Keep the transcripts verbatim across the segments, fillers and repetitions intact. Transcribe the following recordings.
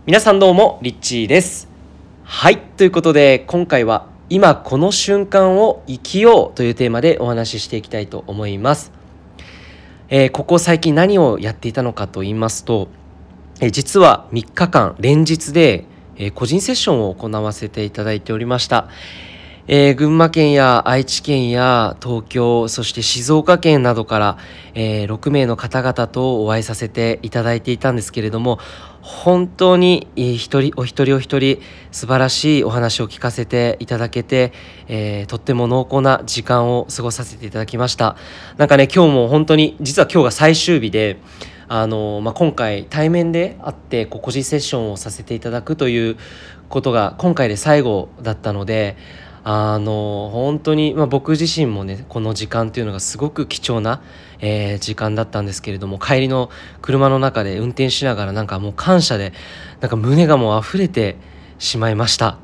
皆さんどうもリッチーです。はい、ということで今回は今この瞬間を生きようというテーマでお話ししていきたいと思います。えーここ最近何をやっていたのかと言いますと、えー実はみっかかん連日で、えー個人セッションを行わせていただいておりました。えー群馬県や愛知県や東京、そして静岡県などから、えーろくめいの方々とお会いさせていただいていたんですけれども、本当にえー一人お一人お一人素晴らしいお話を聞かせていただけて、えーとっても濃厚な時間を過ごさせていただきました。なんかね、今日も本当に実は今日が最終日で、あのまあ、今回対面で会ってこう個人セッションをさせていただくということが今回で最後だったので、あの本当に、まあ、僕自身もねこの時間っていうのがすごく貴重な、えー時間だったんですけれども、帰りの車の中で運転しながらなんかもう感謝でなんか胸がもう溢れてしまいました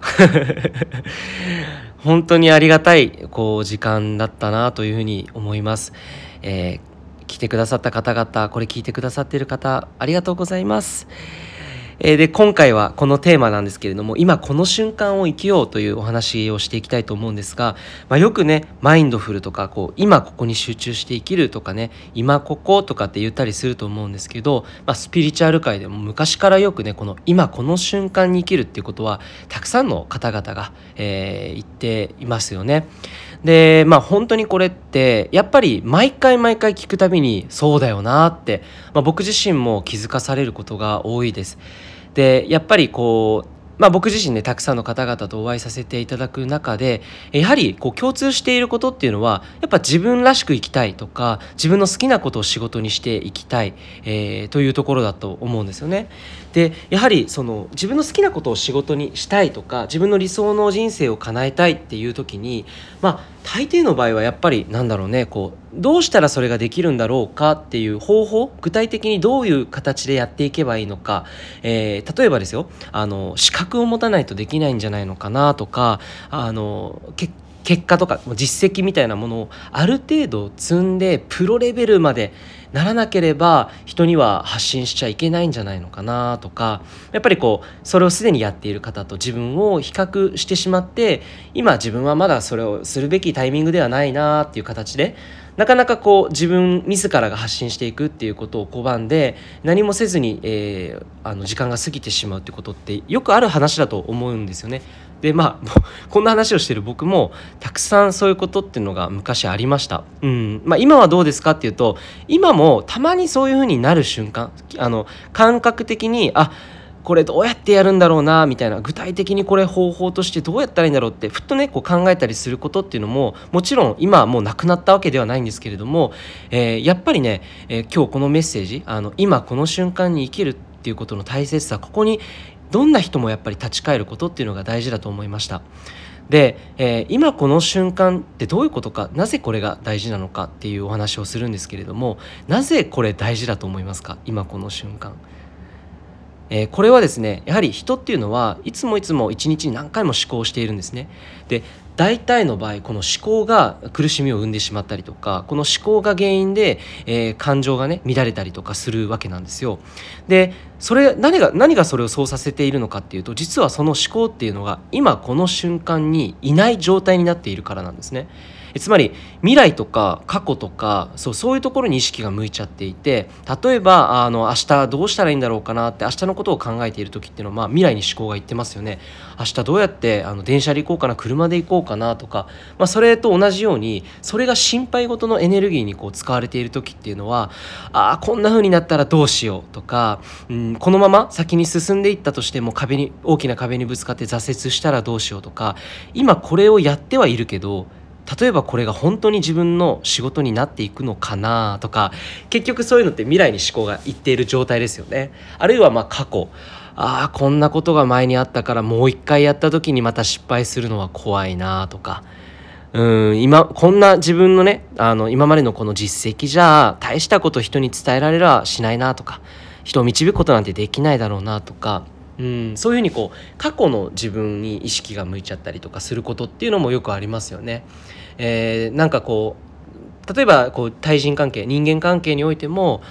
本当にありがたいこう時間だったなというふうに思います。えー来てくださった方々、これ聞いてくださっている方、ありがとうございます。えーで、今回はこのテーマなんですけれども、今この瞬間を生きようというお話をしていきたいと思うんですが、まあ、よくね、マインドフルとか、こう、今ここに集中して生きるとかね、今こことかって言ったりすると思うんですけど、まあ、スピリチュアル界でも昔からよくね、この今この瞬間に生きるっていうことは、たくさんの方々が、えー言っていますよね。で、まあ本当にこれってやっぱり毎回毎回聞くたびにそうだよなって、まあ、僕自身も気づかされることが多いです。でやっぱりこうまあ、僕自身ねたくさんの方々とお会いさせていただく中で、やはりこう共通していることっていうのはやっぱ自分らしく生きたいとか、自分の好きなことを仕事にしていきたい、えーというところだと思うんですよね。でやはりその自分の好きなことを仕事にしたいとか、自分の理想の人生を叶えたいっていう時に、まあ大抵の場合はやっぱりなんだろうね、こうどうしたらそれができるんだろうかっていう方法、具体的にどういう形でやっていけばいいのか、えー例えばですよ、あの資格を持たないとできないんじゃないのかなとか、あのけ結果とか実績みたいなものをある程度積んでプロレベルまでならなければ人には発信しちゃいけないんじゃないのかなとか、やっぱりこうそれをすでにやっている方と自分を比較してしまって、今自分はまだそれをするべきタイミングではないなっていう形で、なかなかこう自分自らが発信していくっていうことを拒んで何もせずに、えーあの時間が過ぎてしまうってことってよくある話だと思うんですよね。でまあこんな話をしてる僕もたくさんそういうことっていうのが昔ありました。うんまあ、今はどうですかっていうと、今もたまにそういう風になる瞬間、あの感覚的にあこれどうやってやるんだろうなみたいな、具体的にこれ方法としてどうやったらいいんだろうってふっとねこう考えたりすることっていうのももちろん今はもうなくなったわけではないんですけれども、えーやっぱりね、えー今日このメッセージ、あの今この瞬間に生きるっていうことの大切さ、ここにどんな人もやっぱり立ち返ることっていうのが大事だと思いました。で、えー今この瞬間ってどういうことか、なぜこれが大事なのかっていうお話をするんですけれども、なぜこれ大事だと思いますか？今この瞬間、えーこれはですね、やはり人っていうのはいつもいつも一日に何回も思考しているんですね。で大体の場合この思考が苦しみを生んでしまったりとか、この思考が原因で、えー感情がね乱れたりとかするわけなんですよ。でそれ何が何がそれをそうさせているのかっていうと、実はその思考っていうのが今この瞬間にいない状態になっているからなんですね。えつまり未来とか過去とかそうそういうところに意識が向いちゃっていて、例えばあの明日どうしたらいいんだろうかなって明日のことを考えている時っていうのは、まあ、未来に思考がいってますよね。明日どうやってあの電車で行こうかな、車で行こうかなとか、まあ、それと同じようにそれが心配事のエネルギーにこう使われている時っていうのは、ああこんな風になったらどうしようとか、うん、このまま先に進んでいったとしても壁に大きな壁にぶつかって挫折したらどうしようとか、今これをやってはいるけど例えばこれが本当に自分の仕事になっていくのかなとか、結局そういうのって未来に思考がいっている状態ですよね。あるいはまあ過去、ああこんなことが前にあったからもう一回やった時にまた失敗するのは怖いなとか、うん今こんな自分のねあの今までのこの実績じゃ大したこと人に伝えられはしないなとか、人を導くことなんてできないだろうなとか、うん、そういうふうにこう過去の自分に意識が向いちゃったりとかすることっていうのもよくありますよね。えーなんかこう例えばこう対人関係、人間関係においても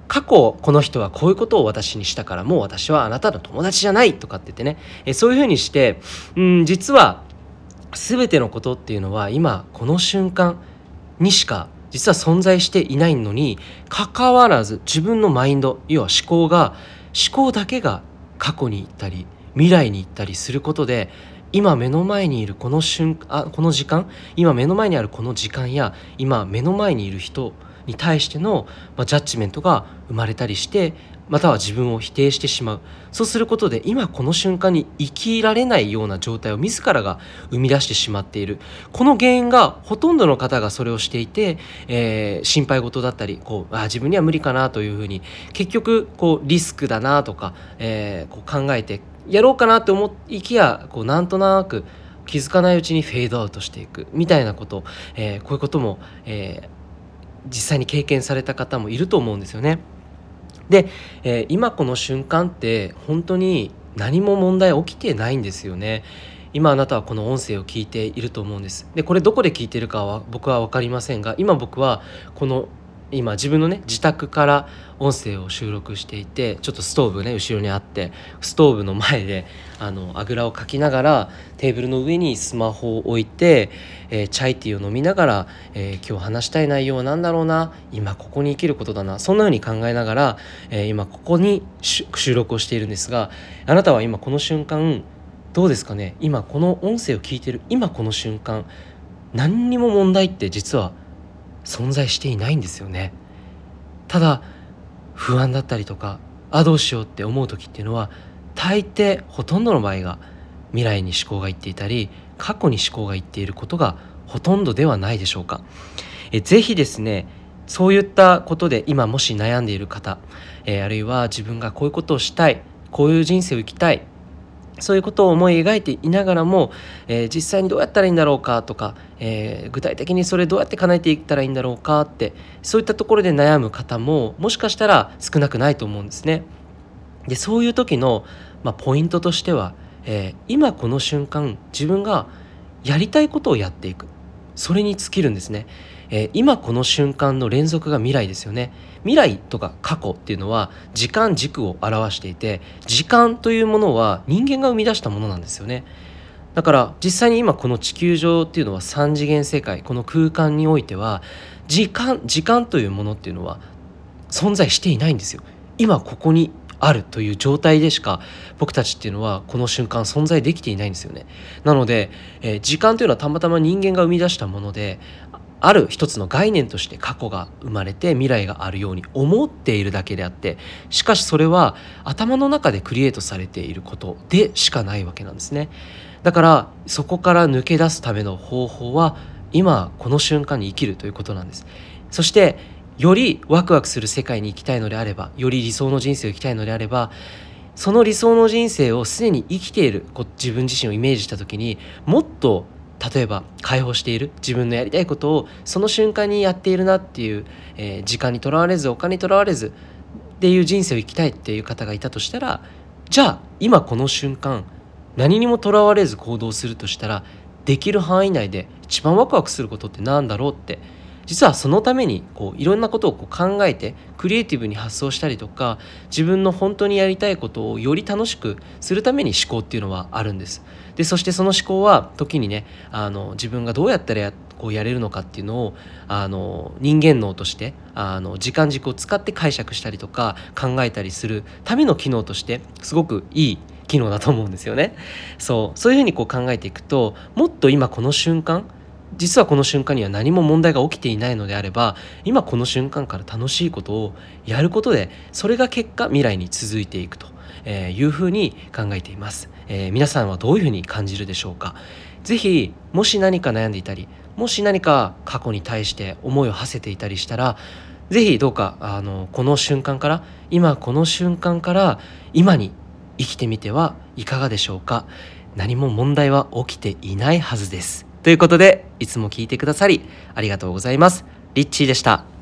過去この人はこういうことを私にしたからもう私はあなたの友達じゃないとかって言ってね、えそういうふうにして、うん、実は全てのことっていうのは今この瞬間にしか実は存在していないのにかかわらず、自分のマインド、要は思考が思考だけが過去に行ったり未来に行ったりすることで、今目の前にいるこの瞬あこの時間今目の前にあるこの時間や今目の前にいる人に対しての、まあ、ジャッジメントが生まれたりして、または自分を否定してしまう。そうすることで今この瞬間に生きられないような状態を自らが生み出してしまっている。この原因がほとんどの方がそれをしていて、えー心配事だったり、こうあ自分には無理かなというふうに結局こうリスクだなとか、えーこう考えてやろうかなと思いきや、こうなんとなく気づかないうちにフェードアウトしていくみたいなこと、えーこういうことも、えー実際に経験された方もいると思うんですよね。で、えー今この瞬間って本当に何も問題起きてないんですよね。今あなたはこの音声を聞いていると思うんです。で、これどこで聞いてるかは僕は分かりませんが、今僕はこの今自分のね自宅から音声を収録していて、ちょっとストーブね後ろにあって、ストーブの前であのあぐらをかきながらテーブルの上にスマホを置いて、えーチャイティーを飲みながら、えー今日話したい内容は何だろうな、今ここに生きることだな、そんな風に考えながら、えー今ここにし収録をしているんですが、あなたは今この瞬間どうですかね。今この音声を聞いている今この瞬間、何にも問題って実は存在していないんですよね。ただ不安だったりとか、あどうしようって思う時っていうのは、大抵ほとんどの場合が未来に思考がいっていたり過去に思考がいっていることがほとんどではないでしょうか。えぜひですね、そういったことで今もし悩んでいる方、えーあるいは自分がこういうことをしたい、こういう人生を生きたい、そういうことを思い描いていながらも、えー実際にどうやったらいいんだろうかとか、えー具体的にそれどうやって叶えていったらいいんだろうかって、そういったところで悩む方ももしかしたら少なくないと思うんですね。で、そういう時の、まあ、ポイントとしては、えー今この瞬間自分がやりたいことをやっていく、それに尽きるんですね。えー今この瞬間の連続が未来ですよね。未来とか過去っていうのは時間軸を表していて、時間というものは人間が生み出したものなんですよね。だから実際に今この地球上っていうのはさん次元世界、この空間においては時間時間というものっていうのは存在していないんですよ。今ここにあるという状態でしか僕たちっていうのはこの瞬間存在できていないんですよね。なので、えー時間というのはたまたま人間が生み出したもので、ある一つの概念として過去が生まれて未来があるように思っているだけであって、しかしそれは頭の中でクリエイトされていることでしかないわけなんですね。だからそこから抜け出すための方法は今この瞬間に生きるということなんです。そしてよりワクワクする世界に行きたいのであれば、より理想の人生を生きたいのであれば、その理想の人生をすでに生きているこう自分自身をイメージした時に、もっと例えば解放している自分のやりたいことをその瞬間にやっているなっていう、えー時間にとらわれずお金にとらわれずっていう人生を生きたいっていう方がいたとしたら、じゃあ今この瞬間何にもとらわれず行動するとしたら、できる範囲内で一番ワクワクすることってなんだろうって、実はそのためにこういろんなことをこう考えてクリエイティブに発想したりとか、自分の本当にやりたいことをより楽しくするために思考っていうのはあるんです。でそしてその思考は時にね、あの自分がどうやったらやこうやれるのかっていうのをあの人間脳としてあの時間軸を使って解釈したりとか考えたりするための機能としてすごくいい機能だと思うんですよね。そうそういうふうにこう考えていくと、もっと今この瞬間、実はこの瞬間には何も問題が起きていないのであれば、今この瞬間から楽しいことをやることで、それが結果未来に続いていくとえーいうふうに考えています。えー皆さんはどういうふうに感じるでしょうか。ぜひもし何か悩んでいたり、もし何か過去に対して思いを馳せていたりしたら、ぜひどうかあのこの瞬間から今この瞬間から今に生きてみてはいかがでしょうか。何も問題は起きていないはずです。ということで、いつも聞いてくださりありがとうございます。リッチーでした。